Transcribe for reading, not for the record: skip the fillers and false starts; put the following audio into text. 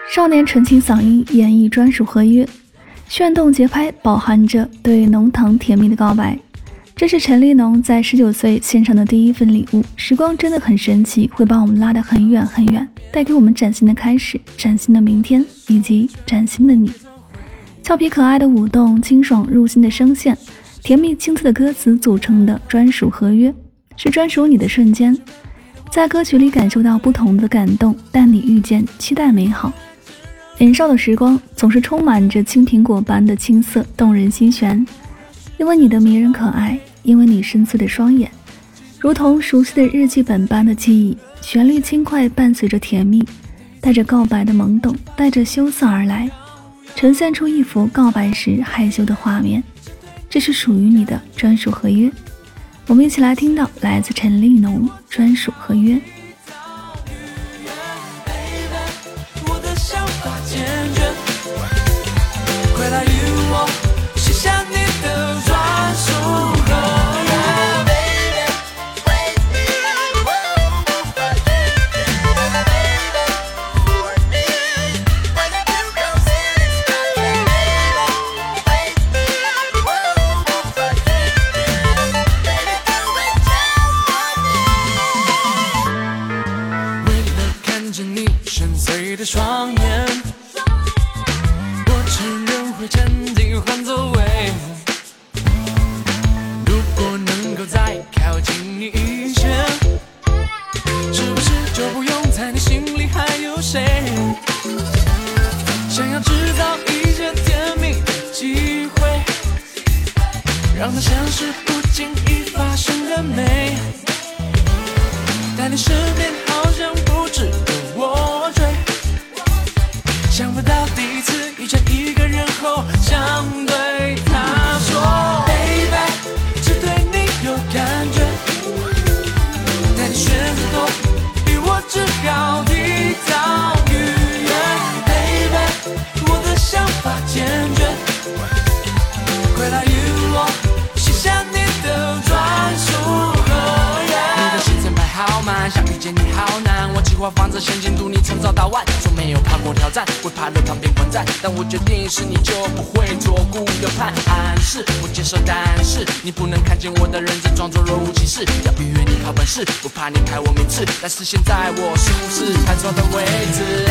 少年纯情嗓音演绎专属合约，炫动节拍饱含着对浓糖甜蜜的告白。这是陈立农在19岁献上的第一份礼物。时光真的很神奇，会把我们拉得很远很远，带给我们崭新的开始、崭新的明天以及崭新的你。俏皮可爱的舞动，清爽入心的声线，甜蜜清脆的歌词组成的专属合约，是专属你的瞬间。在歌曲里感受到不同的感动，但你遇见期待美好。年少的时光总是充满着青苹果般的青涩，动人心弦。因为你的迷人可爱，因为你深邃的双眼，如同熟悉的日记本般的记忆，旋律轻快，伴随着甜蜜，带着告白的懵懂，带着羞涩而来，呈现出一幅告白时害羞的画面。这是属于你的专属合约。我们一起来听到来自陈立农专属合约。 快来与我写下你的专属合约 Baby, wait me Baby, for me When the dew comes in, it's my Baby, wait me Baby, do it just for me 为了看着你深邃的双眼会趁机换座位，如果能够再靠近你一些，是不是就不用猜你心里还有谁？想要制造一些甜蜜的机会，让它像是不经意发生的美，但你身边好像不值得我追，想不到第一次遇见一个人后，想对他说 Baby 只对你有感觉，但你选择多，逼我只好提早预约 Baby 我的想法坚决，快来与我写下你的专属合约。你的行程排好满，想遇见你好难，我计划放着现进度，你从早到晚说没有怕过挑战，会怕热旁边观战，但我决定是你就不会左顾右盼，暗示不接受，但是你不能看见我的认真，装作若无其事，要预约你靠本事，不怕你排我名次，但是现在我是不是排错的位置